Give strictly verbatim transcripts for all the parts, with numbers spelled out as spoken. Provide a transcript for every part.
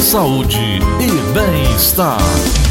saúde e bem-estar.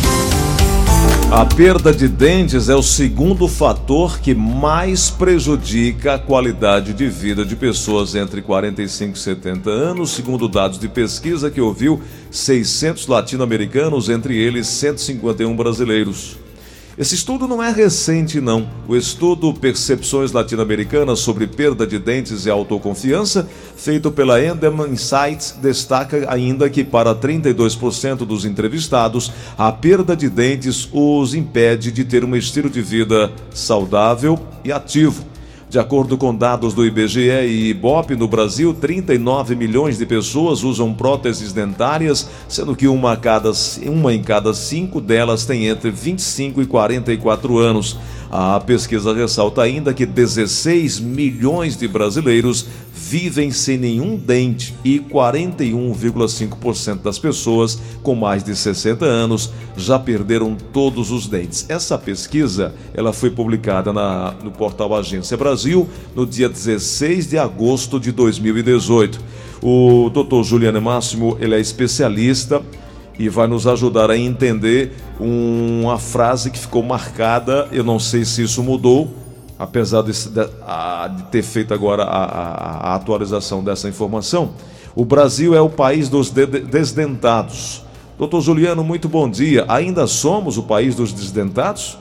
A perda de dentes é o segundo fator que mais prejudica a qualidade de vida de pessoas entre quarenta e cinco e setenta anos, segundo dados de pesquisa que ouviu seiscentos latino-americanos, entre eles cento e cinquenta e um brasileiros. Esse estudo não é recente, não. O estudo Percepções Latino-Americanas sobre Perda de Dentes e Autoconfiança, feito pela Endem Insights, destaca ainda que para trinta e dois por cento dos entrevistados, a perda de dentes os impede de ter um estilo de vida saudável e ativo. De acordo com dados do I B G E e Ibope, no Brasil, trinta e nove milhões de pessoas usam próteses dentárias, sendo que uma, a cada, uma em cada cinco delas tem entre vinte e cinco e quarenta e quatro anos. A pesquisa ressalta ainda que dezesseis milhões de brasileiros vivem sem nenhum dente e quarenta e um vírgula cinco por cento das pessoas com mais de sessenta anos já perderam todos os dentes. Essa pesquisa ela foi publicada na, no portal Agência Brasil no dia dezesseis de agosto de dois mil e dezoito. O doutor Juliano Máximo ele é especialista e vai nos ajudar a entender uma frase que ficou marcada. Eu não sei se isso mudou, apesar de, de, de ter feito agora a, a, a atualização dessa informação. O Brasil é o país dos de, de, desdentados. doutor Juliano, muito bom dia. Ainda somos o país dos desdentados?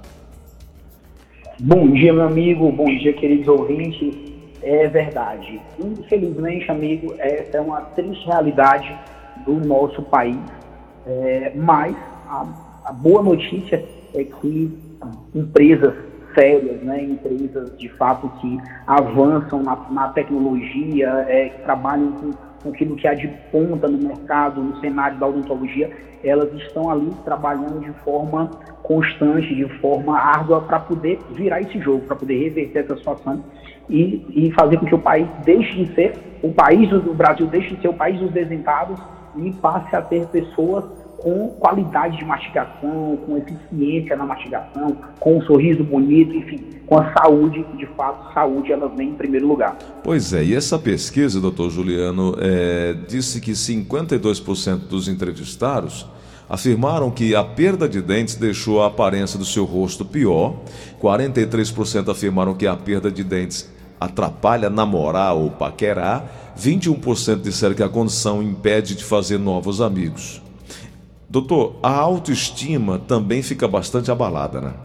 Bom dia, meu amigo. Bom dia, queridos ouvintes. É verdade. Infelizmente, amigo, essa é uma triste realidade do nosso país. É, mas a, a boa notícia é que empresas sérias, né, empresas de fato que avançam na, na tecnologia, é, que trabalham com, com aquilo que há de ponta no mercado, no cenário da odontologia, elas estão ali trabalhando de forma constante, de forma árdua para poder virar esse jogo, para poder reverter essa situação e, e fazer com que o país deixe de ser, o país do Brasil deixe de ser o país dos desdentados e passe a ter pessoas com qualidade de mastigação, com eficiência na mastigação, com um sorriso bonito, enfim, com a saúde, de fato, saúde ela vem em primeiro lugar. Pois é, e essa pesquisa, doutor Juliano, é, disse que cinquenta e dois por cento dos entrevistados afirmaram que a perda de dentes deixou a aparência do seu rosto pior, quarenta e três por cento afirmaram que a perda de dentes atrapalha namorar ou paquerar, vinte e um por cento disseram que a condição impede de fazer novos amigos. Doutor, a autoestima também fica bastante abalada, né?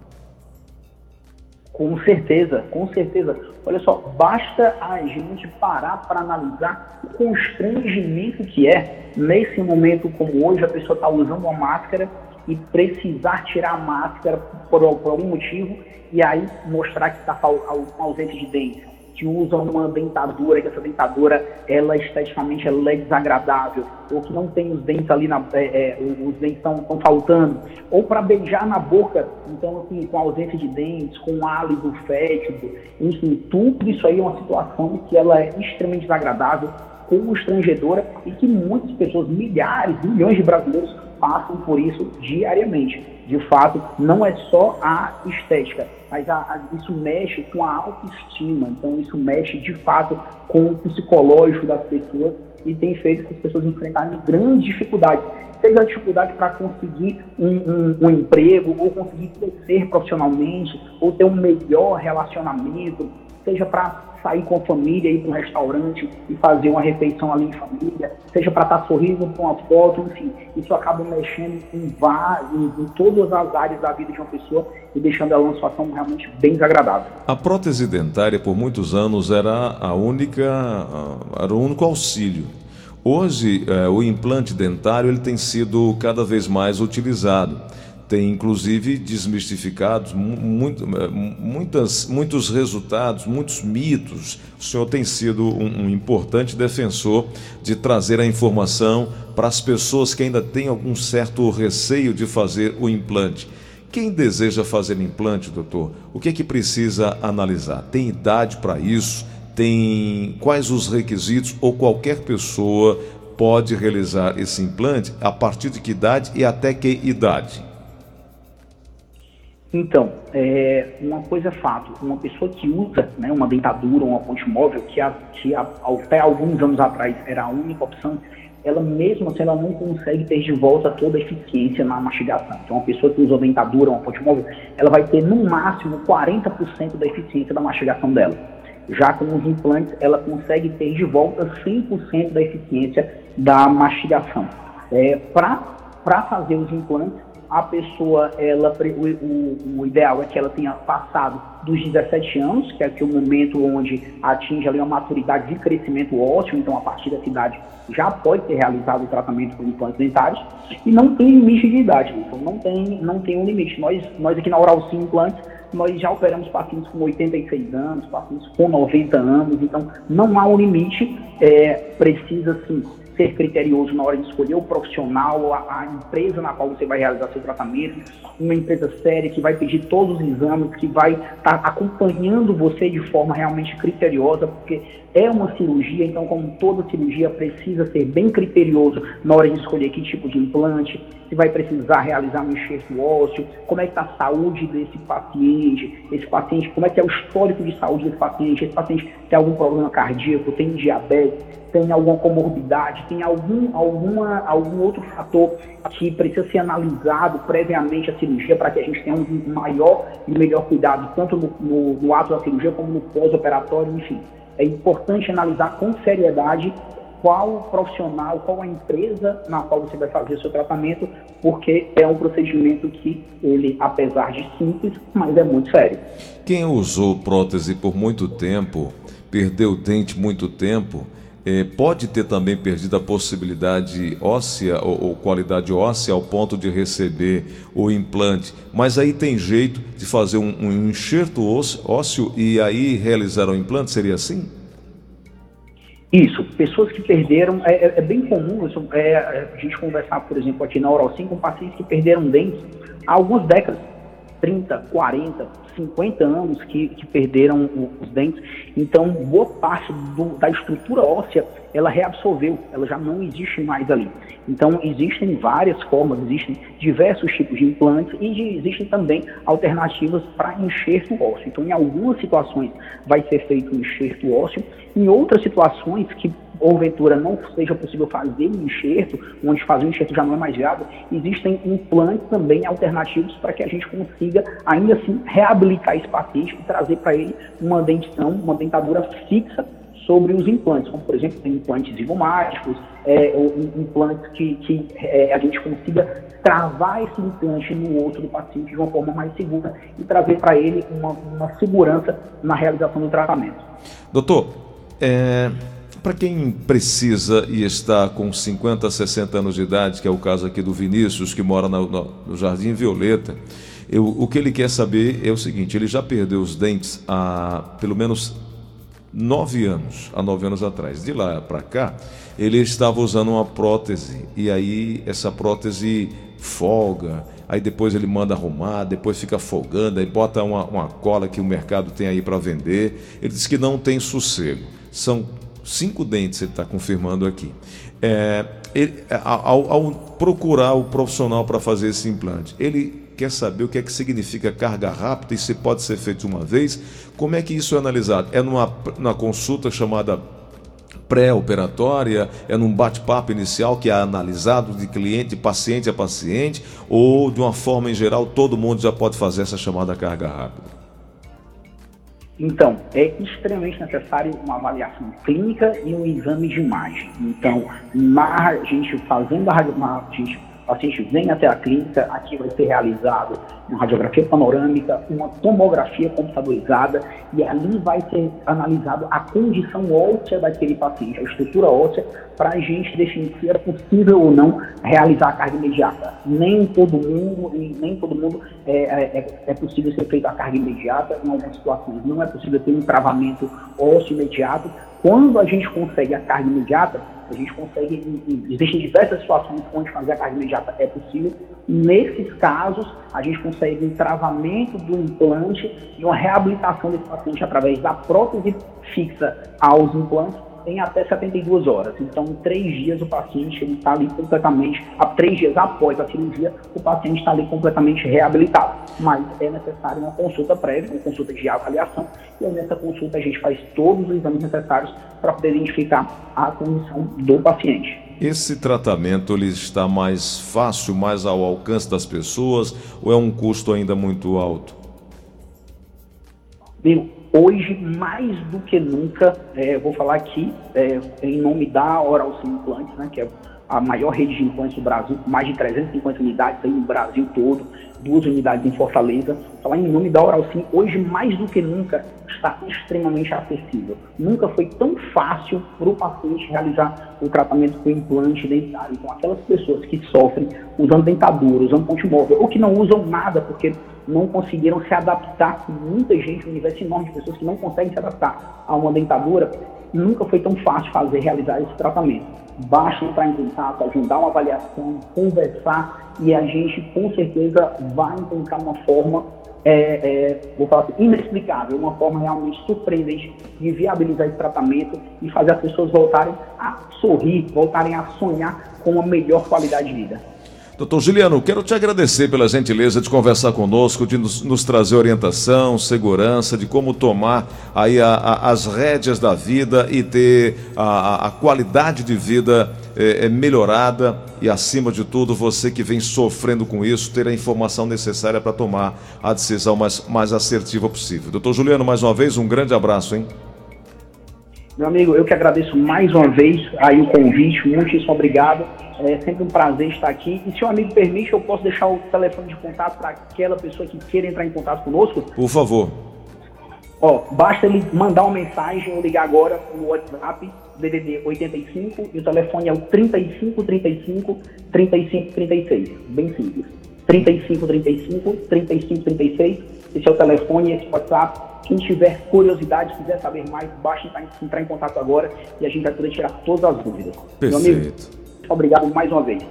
Com certeza, com certeza. Olha só, basta a gente parar para analisar o constrangimento que é, nesse momento como hoje, a pessoa está usando uma máscara e precisar tirar a máscara por, por algum motivo e aí mostrar que está ausente de dentes, que usa uma dentadura, que essa dentadura, ela esteticamente ela é desagradável, ou que não tem os dentes ali, na, é, é, os dentes estão faltando, ou para beijar na boca, então assim, com ausência de dentes, com hálito fétido, enfim, tudo isso aí é uma situação que ela é extremamente desagradável, constrangedora e que muitas pessoas, milhares, milhões de brasileiros passam por isso diariamente. De fato, não é só a estética, mas a, a, isso mexe com a autoestima, então isso mexe de fato com o psicológico das pessoas e tem feito com as pessoas enfrentarem grandes dificuldades, seja a dificuldade para conseguir um, um, um emprego, ou conseguir crescer profissionalmente, ou ter um melhor relacionamento, seja para sair com a família, ir para um restaurante e fazer uma refeição ali em família, seja para estar sorrindo com uma foto, enfim, isso acaba mexendo em, vários, em, em todas as áreas da vida de uma pessoa e deixando ela numa situação realmente bem desagradável. A prótese dentária por muitos anos era a única, era o único auxílio. Hoje, é, o implante dentário ele tem sido cada vez mais utilizado. Tem inclusive desmistificado muito, muitas, muitos resultados, muitos mitos. O senhor tem sido um, um importante defensor de trazer a informação para as pessoas que ainda têm algum certo receio de fazer o implante. Quem deseja fazer implante, doutor, o que é que precisa analisar? Tem idade para isso? Tem quais os requisitos ou qualquer pessoa pode realizar esse implante? A partir de que idade e até que idade? Então, é, uma coisa é fato, uma pessoa que usa, né, uma dentadura ou uma ponte móvel, que, a, que a, até alguns anos atrás era a única opção, ela mesmo assim, ela não consegue ter de volta toda a eficiência na mastigação. Então, uma pessoa que usou dentadura, uma fonte móvel, ela vai ter no máximo quarenta por cento da eficiência da mastigação dela. Já com os implantes, ela consegue ter de volta cem por cento da eficiência da mastigação. É, Para fazer os implantes, a pessoa, ela, o, o, o ideal é que ela tenha passado dos dezessete anos, que é aquele momento onde atinge ali uma maturidade de crescimento ósseo, então a partir dessa idade já pode ser realizado o tratamento com implantes dentários, e não tem limite de idade, então não tem, não tem um limite. Nós, nós aqui na Oral Sim Implantes, nós já operamos pacientes com oitenta e seis anos, pacientes com noventa anos, então não há um limite, é, precisa sim ser criterioso na hora de escolher o profissional, a, a empresa na qual você vai realizar seu tratamento, uma empresa séria que vai pedir todos os exames, que vai estar tá acompanhando você de forma realmente criteriosa, porque é uma cirurgia, então como toda cirurgia precisa ser bem criterioso na hora de escolher que tipo de implante, se vai precisar realizar um enxerto ósseo, como é que está a saúde desse paciente, esse paciente, como é que é o histórico de saúde desse paciente, esse paciente tem algum problema cardíaco, tem diabetes, tem alguma comorbidade, tem algum, alguma, algum outro fator que precisa ser analisado previamente à cirurgia para que a gente tenha um maior e melhor cuidado, tanto no, no, no ato da cirurgia como no pós-operatório, enfim. É importante analisar com seriedade qual profissional, qual a empresa na qual você vai fazer o seu tratamento, porque é um procedimento que ele, apesar de simples, mas é muito sério. Quem usou prótese por muito tempo, perdeu o dente muito tempo, eh, pode ter também perdido a possibilidade óssea ou, ou qualidade óssea ao ponto de receber o implante, mas aí tem jeito de fazer um, um enxerto ósseo e aí realizar o implante, seria assim? Isso, pessoas que perderam, é, é, é bem comum isso, é, a gente conversar, por exemplo, aqui na Oral Sim com pacientes que perderam dentes há algumas décadas, trinta, quarenta, cinquenta anos que, que perderam os dentes, então boa parte do, da estrutura óssea, ela reabsorveu, ela já não existe mais ali. Então existem várias formas, existem diversos tipos de implantes e de, existem também alternativas para enxerto ósseo. Então em algumas situações vai ser feito um enxerto ósseo, em outras situações que porventura não seja possível fazer um enxerto, onde fazer um enxerto já não é mais viável, existem implantes também alternativos para que a gente consiga ainda assim reabilitar esse paciente e trazer para ele uma dentição, uma dentadura fixa sobre os implantes, como por exemplo tem implantes zigomáticos, é, implantes que, que é, a gente consiga travar esse implante no osso do paciente de uma forma mais segura e trazer para ele uma, uma segurança na realização do tratamento. Doutor, é... para quem precisa e está com cinquenta, sessenta anos de idade, que é o caso aqui do Vinícius, que mora no, no Jardim Violeta, eu, o que ele quer saber é o seguinte: ele já perdeu os dentes há pelo menos nove anos, há nove anos atrás. De lá para cá, ele estava usando uma prótese, e aí essa prótese folga, aí depois ele manda arrumar, depois fica folgando, aí bota uma, uma cola que o mercado tem aí para vender. Ele diz que não tem sossego. São cinco dentes, ele está confirmando aqui. É, ele, ao, ao procurar o profissional para fazer esse implante, ele quer saber o que é que significa carga rápida e se pode ser feito uma vez. Como é que isso é analisado? É numa, numa consulta chamada pré-operatória? É num bate-papo inicial que é analisado de cliente, de paciente a paciente? Ou de uma forma em geral todo mundo já pode fazer essa chamada carga rápida? Então, é extremamente necessário uma avaliação clínica e um exame de imagem. Então, na, a gente fazendo a, a gente, o paciente vem até a clínica, aqui vai ser realizado uma radiografia panorâmica, uma tomografia computadorizada, e ali vai ser analisado a condição óssea daquele paciente, a estrutura óssea, para a gente definir se é possível ou não realizar a carga imediata. Nem todo mundo, nem todo mundo é, é, é possível ser feita a carga imediata, em algumas situações não é possível ter um travamento ósseo imediato. Quando a gente consegue a carga imediata, a gente consegue, existem diversas situações onde fazer a carga imediata é possível. Nesses casos, a gente consegue um travamento do implante e uma reabilitação desse paciente através da prótese fixa aos implantes em até setenta e duas horas. Então, em três dias o paciente está ali completamente, a três dias após a cirurgia, o paciente está ali completamente reabilitado. Mas é necessário uma consulta prévia, uma consulta de avaliação, e nessa consulta a gente faz todos os exames necessários para poder identificar a condição do paciente. Esse tratamento ele está mais fácil, mais ao alcance das pessoas, ou é um custo ainda muito alto? Bem, hoje, mais do que nunca, é, vou falar aqui é, em nome da Oral Sim Implantes, né, que é a maior rede de implantes do Brasil, com mais de trezentas e cinquenta unidades aí no Brasil todo, duas unidades em Fortaleza. Falar em nome da Oral Sim, hoje mais do que nunca está extremamente acessível. Nunca foi tão fácil para o paciente realizar o tratamento com implante dentário. Então, aquelas pessoas que sofrem usando dentadura, usando ponte móvel, ou que não usam nada porque não conseguiram se adaptar, muita gente, um universo enorme de pessoas que não conseguem se adaptar a uma dentadura, nunca foi tão fácil fazer, realizar esse tratamento. Basta entrar em contato, agendar uma avaliação, conversar, e a gente com certeza vai encontrar uma forma, é, é, vou falar assim, inexplicável, uma forma realmente surpreendente de viabilizar esse tratamento e fazer as pessoas voltarem a sorrir, voltarem a sonhar com uma melhor qualidade de vida. Doutor Juliano, quero te agradecer pela gentileza de conversar conosco, de nos, nos trazer orientação, segurança, de como tomar aí a, a, as rédeas da vida e ter a, a qualidade de vida é, é, melhorada e, acima de tudo, você que vem sofrendo com isso, ter a informação necessária para tomar a decisão mais, mais assertiva possível. Doutor Juliano, mais uma vez, um grande abraço, hein? Meu amigo, eu que agradeço mais uma vez aí o convite, muitíssimo obrigado. É sempre um prazer estar aqui. E se o amigo permite, eu posso deixar o telefone de contato para aquela pessoa que queira entrar em contato conosco? Por favor. Ó, basta ele mandar uma mensagem ou ligar agora no WhatsApp, D D D oitenta e cinco, e o telefone é o trinta e cinco, trinta e cinco, trinta e cinco, trinta e seis. Bem simples. trinta e cinco, trinta e cinco, trinta e cinco, trinta e seis. Esse é o telefone, esse WhatsApp. Quem tiver curiosidade, quiser saber mais, basta entrar em, entrar em contato agora e a gente vai poder tirar todas as dúvidas. Perfeito. Meu amigo, obrigado mais uma vez.